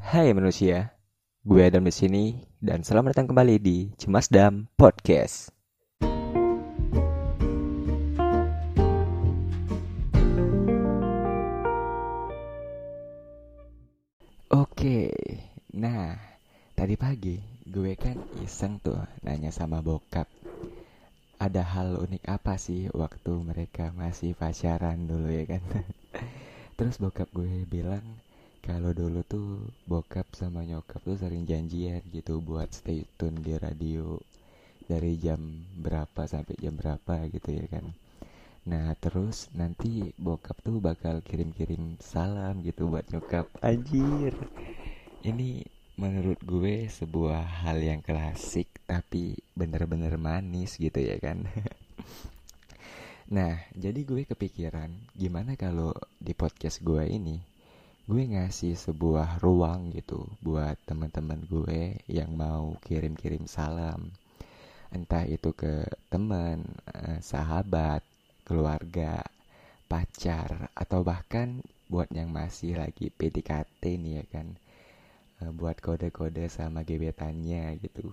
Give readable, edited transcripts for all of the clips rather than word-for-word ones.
Hai manusia, gue Adam di sini dan selamat datang kembali di Cemasdam Podcast. Oke, nah tadi pagi gue kan iseng tuh nanya sama bokap, ada hal unik apa sih waktu mereka masih pacaran dulu ya kan? Terus bokap gue bilang kalau dulu tuh bokap sama nyokap tuh sering janjian gitu buat stay tune di radio dari jam berapa sampai jam berapa gitu ya kan. Nah terus nanti bokap tuh bakal kirim-kirim salam gitu buat nyokap. Anjir, ini menurut gue sebuah hal yang klasik tapi bener-bener manis gitu ya kan. Nah jadi gue kepikiran gimana kalau di podcast gue ini gue ngasih sebuah ruang gitu buat teman-teman gue yang mau kirim-kirim salam, entah itu ke teman, sahabat, keluarga, pacar, atau bahkan buat yang masih lagi PDKT nih ya kan. Buat kode-kode sama gebetannya gitu.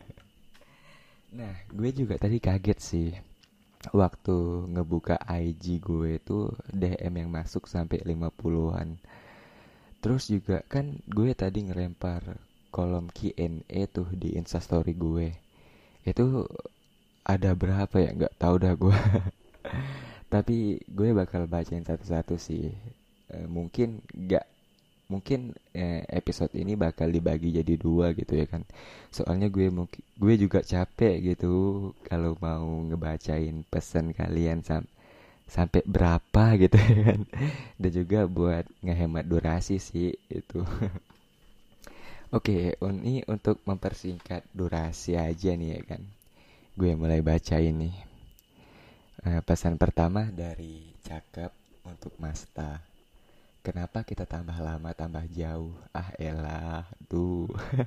Nah gue juga tadi kaget sih waktu ngebuka IG gue tuh DM yang masuk sampai 50-an. Terus juga kan gue tadi ngelempar kolom Q&A tuh di Instastory gue. Itu ada berapa ya, nggak tahu dah gue. Tapi gue bakal bacain satu-satu sih. Mungkin nggak mungkin episode ini bakal dibagi jadi dua gitu ya kan. Soalnya gue juga capek gitu kalau mau ngebacain pesan kalian sampai berapa gitu ya kan. Dan juga buat ngehemat durasi sih itu. Oke, ini untuk mempersingkat durasi aja nih ya kan. Gue mulai baca ini. Pesan pertama dari Cakep untuk Masta. Kenapa kita tambah lama tambah jauh? Ah elah, tuh.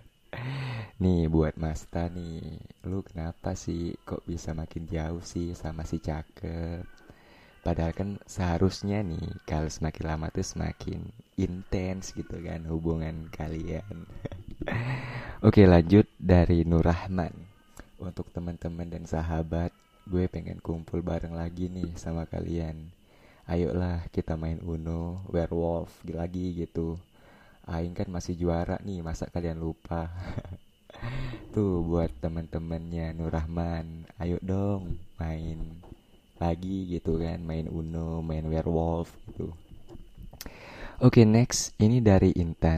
Nih buat Masta nih, lu kenapa sih kok bisa makin jauh sih sama si Cakep? Padahal kan seharusnya nih kalau semakin lama tuh semakin intens gitu kan hubungan kalian. Oke lanjut dari Nur Rahman. Untuk teman-teman dan sahabat, gue pengen kumpul bareng lagi nih sama kalian. Ayolah kita main Uno, Werewolf lagi gitu. Aing kan masih juara nih, masa kalian lupa? Tuh buat teman-temannya Nur Rahman, ayo dong main lagi gitu kan, main Uno, main Werewolf gitu. Oke, next ini dari Intan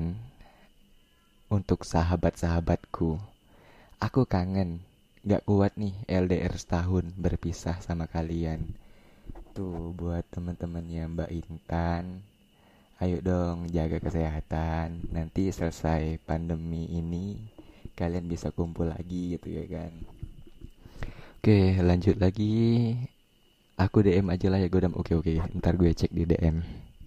untuk sahabat-sahabatku. Aku kangen, gak kuat nih LDR setahun berpisah sama kalian. Tuh buat teman-temannya Mbak Intan, ayo dong jaga kesehatan. Nanti selesai pandemi ini kalian bisa kumpul lagi gitu ya kan. Oke lanjut lagi. Aku DM aja lah ya Godam. Oke, ntar gue cek di DM.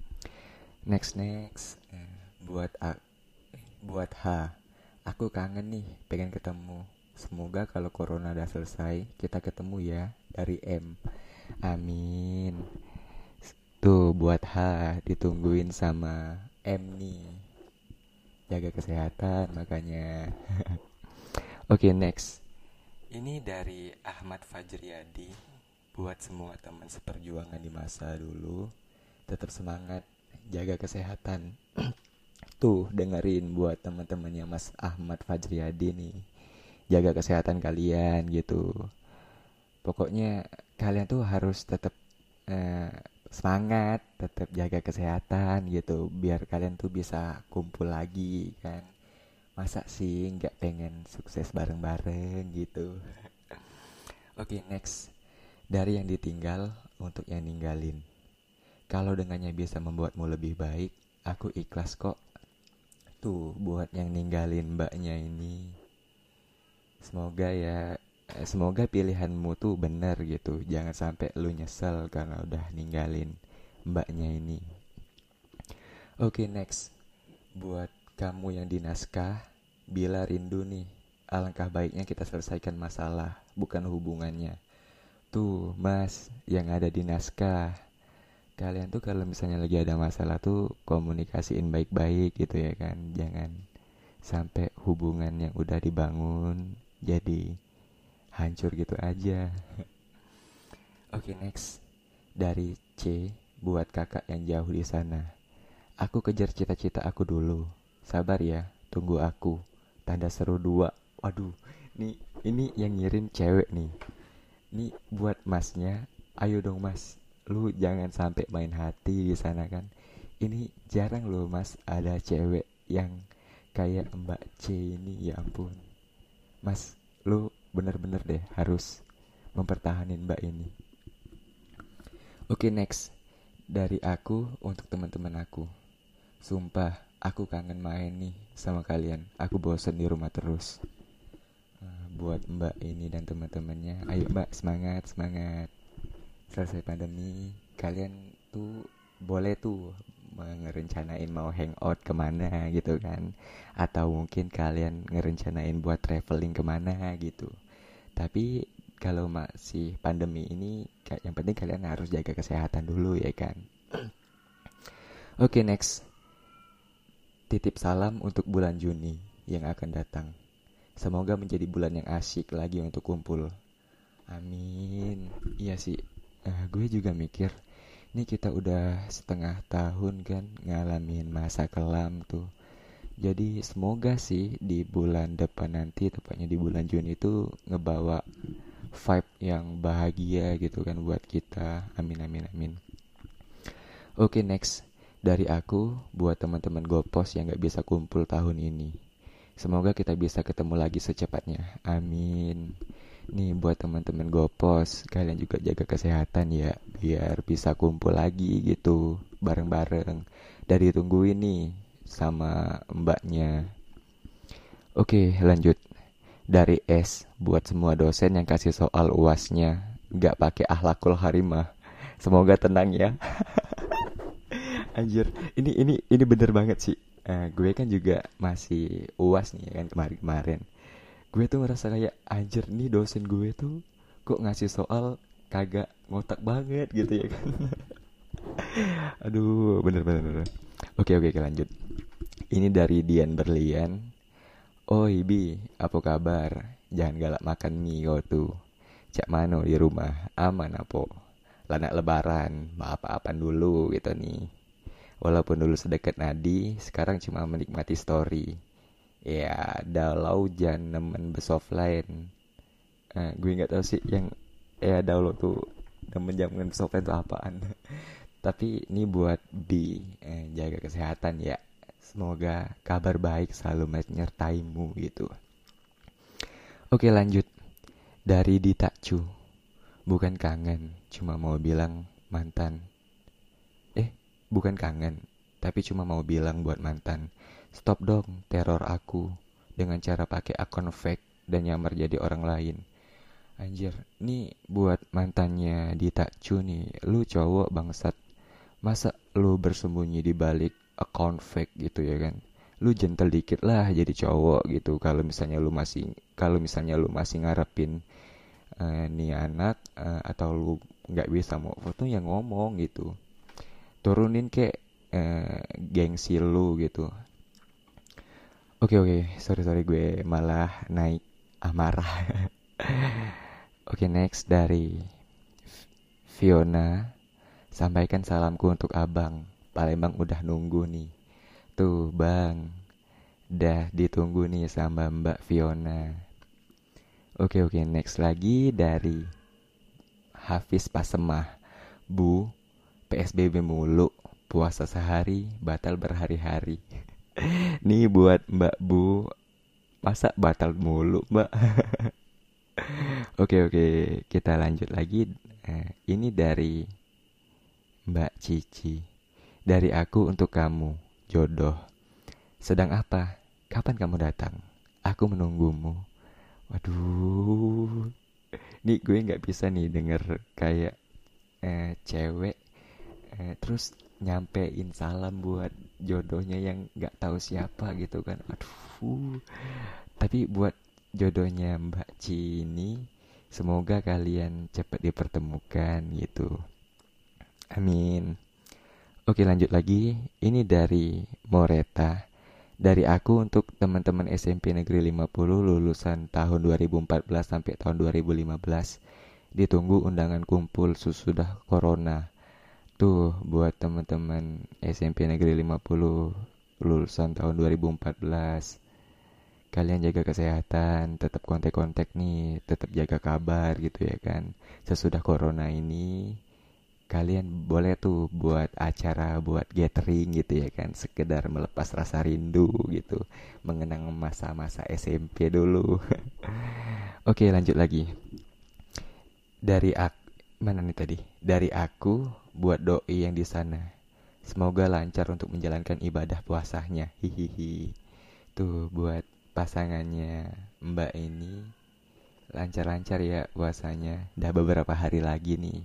Next. Buat buat H. Aku kangen nih pengen ketemu. Semoga kalau corona udah selesai kita ketemu ya. Dari M. Amin. Tuh buat H ditungguin sama M nih. Jaga kesehatan makanya. Oke, next. Ini dari Ahmad Fajriyadi. Buat semua teman seperjuangan di masa dulu, tetap semangat, jaga kesehatan. Tuh dengerin buat teman-temannya Mas Ahmad Fajriyadi nih. Jaga kesehatan kalian gitu. Pokoknya kalian tuh harus tetap eh, semangat, tetap jaga kesehatan gitu, biar kalian tuh bisa kumpul lagi kan. Masa sih nggak pengen sukses bareng-bareng gitu. Oke, next. Dari yang ditinggal untuk yang ninggalin. Kalau dengannya bisa membuatmu lebih baik, aku ikhlas kok. Tuh buat yang ninggalin mbaknya ini. Semoga ya, semoga pilihanmu tuh bener gitu. Jangan sampai lu nyesel karena udah ninggalin mbaknya ini. Oke, next. Buat kamu yang di naskah, bila rindu nih, alangkah baiknya kita selesaikan masalah, bukan hubungannya. Tuh, Mas, yang ada di naskah. kalian tuh kalau misalnya lagi ada masalah tuh komunikasiin baik-baik gitu ya kan. Jangan sampai hubungan yang udah dibangun jadi hancur gitu aja. Oke, next. Dari C, buat kakak yang jauh di sana. Aku kejar cita-cita aku dulu. Sabar ya, tunggu aku. Tanda seru dua. Waduh, nih ini yang ngirim cewek nih. Nih buat masnya, ayo dong mas. Lu jangan sampai main hati di sana kan. Ini jarang loh mas ada cewek yang kayak Mbak C ini, ya ampun. Mas, lu bener-bener deh harus mempertahanin Mbak ini. Oke, next. Dari aku untuk teman-teman aku. Sumpah, aku kangen main nih sama kalian. Aku bosen di rumah terus. Buat Mbak ini dan teman-temannya, ayo Mbak, semangat, semangat. Selesai pandemi, kalian tuh boleh tuh ngerencanain mau hangout kemana gitu kan. Atau mungkin kalian ngerencanain buat traveling kemana gitu. Tapi kalau masih pandemi ini, yang penting kalian harus jaga kesehatan dulu ya kan. Oke, next. Titip salam untuk bulan Juni yang akan datang. Semoga menjadi bulan yang asyik lagi untuk kumpul. Amin. Iya sih, gue juga mikir, ini kita udah setengah tahun kan ngalamin masa kelam tuh. Jadi semoga sih di bulan depan nanti, tepatnya di bulan Juni itu ngebawa vibe yang bahagia gitu kan buat kita. Amin, amin, amin. Oke, next. Dari aku buat teman-teman Gopos yang gak bisa kumpul tahun ini. Semoga kita bisa ketemu lagi secepatnya. Amin. Nih buat teman-teman Gopos, kalian juga jaga kesehatan ya, biar bisa kumpul lagi gitu bareng-bareng. Dari tungguin nih sama mbaknya. Oke, lanjut. Dari S, buat semua dosen yang kasih soal UASnya gak pakai akhlakul karimah. Semoga tenang ya. Anjir, ini bener banget sih. Gue kan juga masih UAS nih ya kan kemarin-kemarin. Gue tuh ngerasa kayak anjir nih dosen gue tuh kok ngasih soal kagak ngotak banget gitu ya kan. Aduh, bener. Oke, lanjut. Ini dari Dian Berlian. Oh Ibi, apa kabar? Jangan galak makan mie kau tuh. Cak mano di rumah, aman apa? Lanak lebaran, apa-apaan dulu gitu nih. Walaupun dulu sedekat nadi, sekarang cuma menikmati story. Ya, dalau jangan nemen besoftline. Gue nggak tahu sih yang dalau tuh nemen jangan besoftline tuh apaan. Tapi ini buat jaga kesehatan ya. Semoga kabar baik selalu menyertaimu gitu. Oke, lanjut. Dari Dita Chu. Bukan kangen, cuma mau bilang mantan. Bukan kangen, tapi cuma mau bilang buat mantan, stop dong teror aku dengan cara pakai akun fake dan nyamar jadi orang lain. Anjir, nih buat mantannya Dita Chu nih, lu cowok bangsat. Masa lu bersembunyi di balik account fake gitu ya kan? Lu gentle dikit lah jadi cowok gitu. Kalau misalnya lu masih ngarepin nih anak, atau lu nggak bisa mau foto yang ngomong gitu. Turunin kek gengsi lu gitu. Oke, sorry gue malah naik amarah. Oke, next dari Fiona. Sampaikan salamku untuk abang. Palembang udah nunggu nih. Tuh bang, dah ditunggu nih sama Mbak Fiona. Oke, next lagi dari Hafiz Pasemah. Bu, PSBB mulu, puasa sehari, batal berhari-hari. Nih buat Mbak Bu, masa batal mulu Mbak? Oke, kita lanjut lagi. Ini dari Mbak Cici. Dari aku untuk kamu, jodoh. Sedang apa? Kapan kamu datang? Aku menunggumu. Waduh, nih gue nggak bisa nih denger kayak cewek terus nyampein salam buat jodohnya yang nggak tahu siapa gitu kan. Aduh, tapi buat jodohnya Mbak Ci ini, semoga kalian cepat dipertemukan gitu. Amin. Oke, lanjut lagi. Ini dari Moreta. Dari aku untuk teman-teman SMP Negeri 50 lulusan tahun 2014 sampai tahun 2015. Ditunggu undangan kumpul sesudah corona. Tuh buat teman-teman SMP Negeri 50 lulusan tahun 2014. Kalian jaga kesehatan, tetap kontak-kontak nih, tetap jaga kabar gitu ya kan. Sesudah corona ini kalian boleh tuh buat acara, buat gathering gitu ya kan, sekedar melepas rasa rindu gitu, mengenang masa-masa SMP dulu. Oke, lanjut lagi. Dari aku, mana nih tadi? Dari aku buat doi yang di sana. Semoga lancar untuk menjalankan ibadah puasanya. Hihihi. Tuh buat pasangannya Mbak ini lancar-lancar ya puasanya. Dah beberapa hari lagi nih.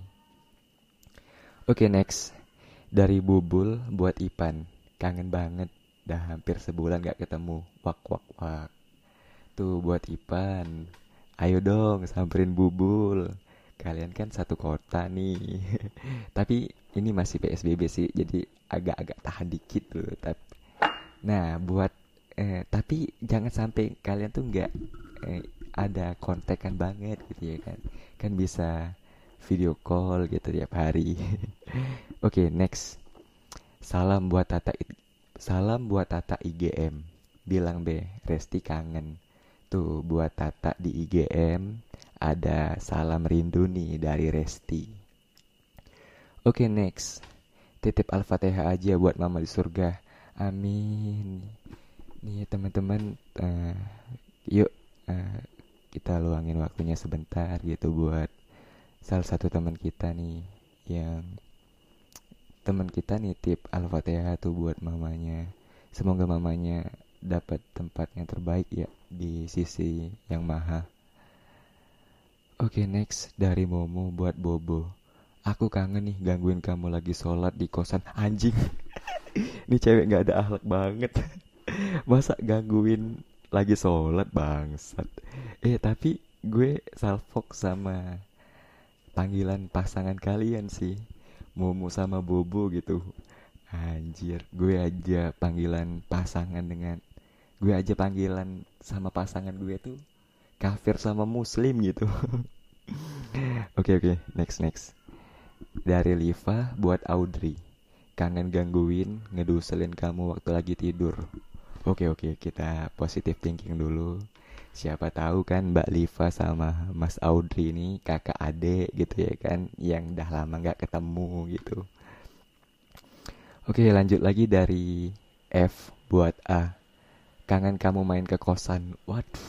Oke, next. Dari Bubul buat Ipan. Kangen banget. Dah hampir sebulan gak ketemu. Wak wak wak. Tuh buat Ipan. Ayo dong samperin Bubul. Kalian kan satu kota nih. Tapi ini masih PSBB sih. Jadi agak-agak tahan dikit loh. Nah buat tapi jangan sampai kalian tuh nggak ada kontekan banget gitu ya kan. Kan bisa video call gitu tiap hari. Oke, next. Salam buat Tata IGM. Bilang be, Resti kangen. Tuh buat Tata di IGM ada salam rindu nih dari Resti. Oke, next. Titip Al-Fatihah aja buat mama di surga. Amin. Nih teman-teman, yuk kita luangin waktunya sebentar gitu buat salah satu teman kita nih yang teman kita nitip Al-Fatihah tuh buat mamanya. Semoga mamanya dapat tempat yang terbaik ya di sisi yang maha. Oke, next dari Momo buat Bobo. Aku kangen nih gangguin kamu lagi sholat di kosan. Anjing. Ini cewek gak ada akhlak banget. Masa gangguin lagi sholat, bangsat. Tapi gue salfok sama panggilan pasangan kalian sih, Momo sama Bobo gitu. Anjir, gue aja panggilan sama pasangan gue tuh kafir sama muslim gitu. Oke, next. Dari Liva buat Audrey. Kangen gangguin, ngeduselin kamu waktu lagi tidur. Oke, kita positive thinking dulu. Siapa tahu kan Mbak Liva sama Mas Audrey ini kakak adik gitu ya kan, yang dah lama gak ketemu gitu. Oke, lanjut lagi dari F buat A. Kangen kamu main ke kosan. Waduh.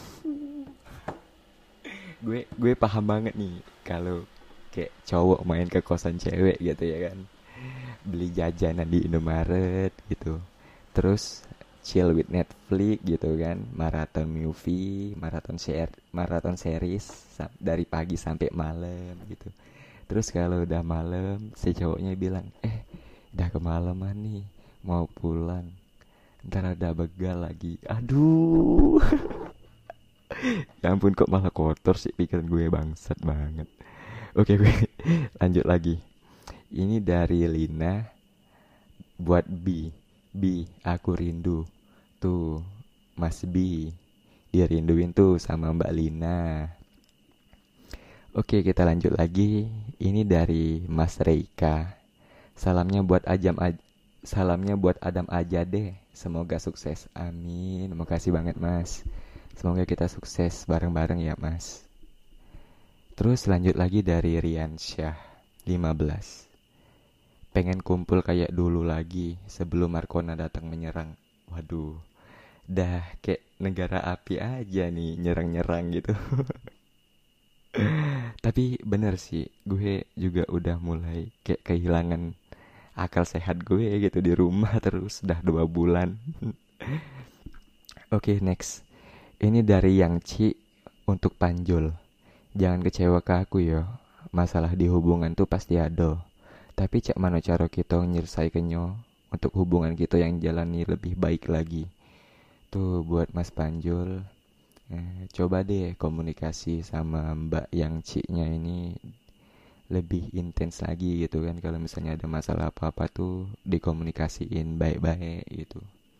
Gue paham banget nih kalau kayak cowok main ke kosan cewek gitu ya kan. Beli jajanan di Indomaret gitu. Terus chill with Netflix gitu kan, maraton movie, maraton series dari pagi sampai malam gitu. Terus kalau udah malam si cowoknya bilang, udah kemalaman nih, mau pulang, ntar ada begal lagi. Aduh. Ya ampun, kok malah kotor sih pikiran gue, bangsat banget. Oke, gue lanjut lagi. Ini dari Lina buat B, aku rindu. Tuh, Mas B dirinduin tuh sama Mbak Lina. Oke, kita lanjut lagi. Ini dari Mas Reika. Salamnya buat Adam aja deh. Semoga sukses. Amin. Makasih banget, Mas. Semoga kita sukses bareng-bareng ya, Mas. Terus lanjut lagi dari Riansyah 15. Pengen kumpul kayak dulu lagi sebelum Markona datang menyerang. Waduh, dah kayak negara api aja nih, nyerang-nyerang gitu. Tapi bener sih, gue juga udah mulai kayak kehilangan akal sehat gue gitu di rumah terus dah 2 bulan. Oke, next. Ini dari Yang Ci untuk Panjul. Jangan kecewa ke aku ya. Masalah di hubungan tuh pasti ada. Tapi cak mana cara kita nyelesaikannya untuk hubungan kita yang jalani lebih baik lagi. Tuh buat Mas Panjul, coba deh komunikasi sama Mbak Yang Ci-nya ini lebih intens lagi gitu kan. Kalau misalnya ada masalah apa-apa tuh dikomunikasiin baik-baik gitu.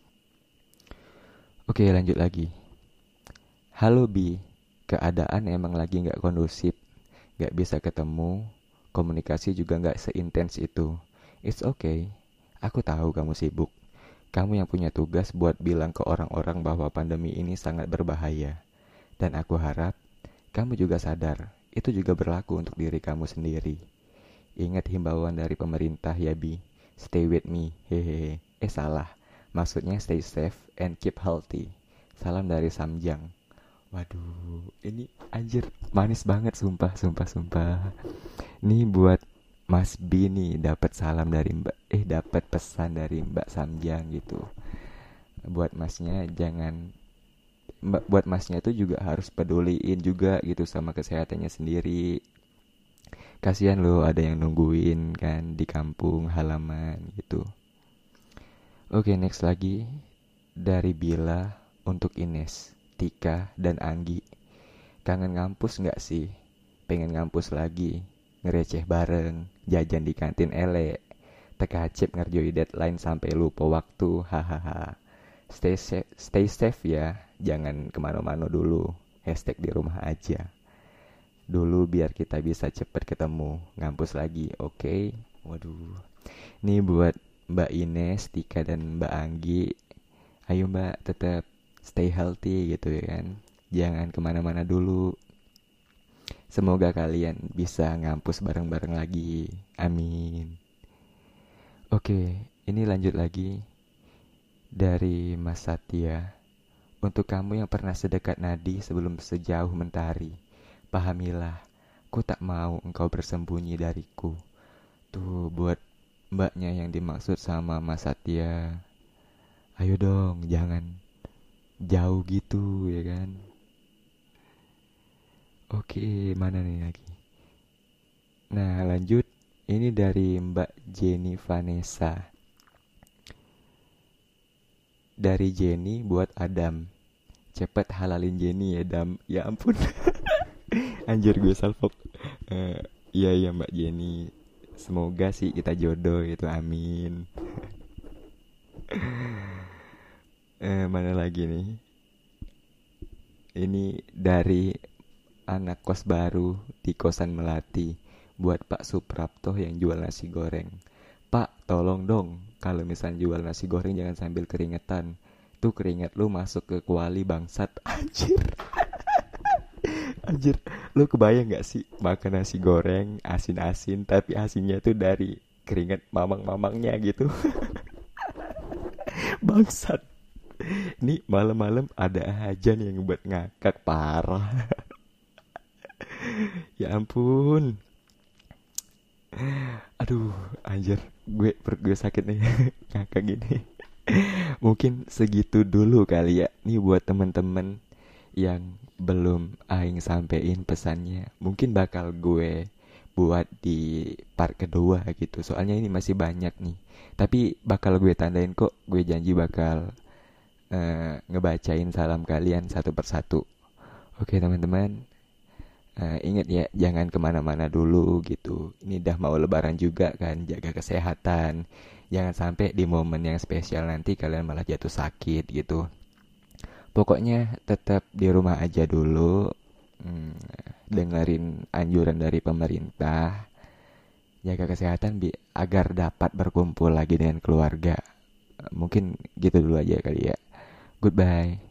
Oke, lanjut lagi. Halo Bi, keadaan emang lagi nggak kondusif, nggak bisa ketemu, komunikasi juga nggak seintens itu. It's okay, aku tahu kamu sibuk. Kamu yang punya tugas buat bilang ke orang-orang bahwa pandemi ini sangat berbahaya. Dan aku harap kamu juga sadar, itu juga berlaku untuk diri kamu sendiri. Ingat himbauan dari pemerintah ya Bi, stay with me, hehehe. Salah, maksudnya stay safe and keep healthy. Salam dari Samjang. Waduh, ini anjir manis banget sumpah, sumpah, sumpah. Ini buat Mas B nih dapat salam dari dapat pesan dari Mbak Samjang gitu. Buat masnya buat masnya tuh juga harus peduliin juga gitu sama kesehatannya sendiri. Kasihan loh ada yang nungguin kan di kampung halaman gitu. Oke, next lagi dari Bila untuk Ines, Tika, dan Anggi. Kangen ngampus nggak sih? Pengen ngampus lagi, ngereceh bareng, jajan di kantin elek, teka cip ngerjoi deadline sampai lupa waktu, hahaha. Stay safe ya, jangan kemana-mana dulu. Hashtag di rumah aja. Dulu biar kita bisa cepet ketemu, ngampus lagi, oke? Waduh, ini buat Mbak Ines, Tika, dan Mbak Anggi. Ayo Mbak, tetap stay healthy gitu ya kan. Jangan kemana-mana dulu. Semoga kalian bisa ngampus bareng-bareng lagi. Amin. Oke, ini lanjut lagi dari Mas Satya. Untuk kamu yang pernah sedekat nadi sebelum sejauh mentari, pahamilah, ku tak mau engkau bersembunyi dariku. Tuh buat mbaknya yang dimaksud sama Mas Satya. Ayo dong, jangan jauh gitu ya kan. Oke, mana nih lagi? Nah, lanjut. Ini dari Mbak Jenny Vanessa. Dari Jenny buat Adam. Cepet halalin Jenny ya, Dam. Ya ampun. Anjir gue salfok. Iya ya Mbak Jenny. Semoga sih kita jodoh gitu, amin. Mana lagi nih? Ini dari anak kos baru di kosan Melati, buat Pak Suprapto yang jual nasi goreng. Pak, tolong dong, kalau misalnya jual nasi goreng jangan sambil keringetan. Tuh keringet lu masuk ke kuali bangsat. Anjir. Anjir, lu kebayang gak sih makan nasi goreng asin-asin tapi asinnya tuh dari keringet mamang-mamangnya gitu. Bangsat. Nih malam-malam ada aja nih yang buat ngakak parah. Ya ampun. Aduh, anjir, perut gue sakit nih ngakak gini. Mungkin segitu dulu kali ya. Nih buat temen-temen yang belum aing sampein pesannya, mungkin bakal gue buat di part kedua gitu. Soalnya ini masih banyak nih. Tapi bakal gue tandain kok. Gue janji bakal ngebacain salam kalian satu persatu. Oke teman-teman, ingat ya, jangan kemana-mana dulu gitu. Ini udah mau lebaran juga kan, jaga kesehatan. Jangan sampai di momen yang spesial nanti kalian malah jatuh sakit gitu. Pokoknya tetap di rumah aja dulu. Dengerin anjuran dari pemerintah. Jaga kesehatan agar dapat berkumpul lagi dengan keluarga. Mungkin gitu dulu aja kali ya. Goodbye.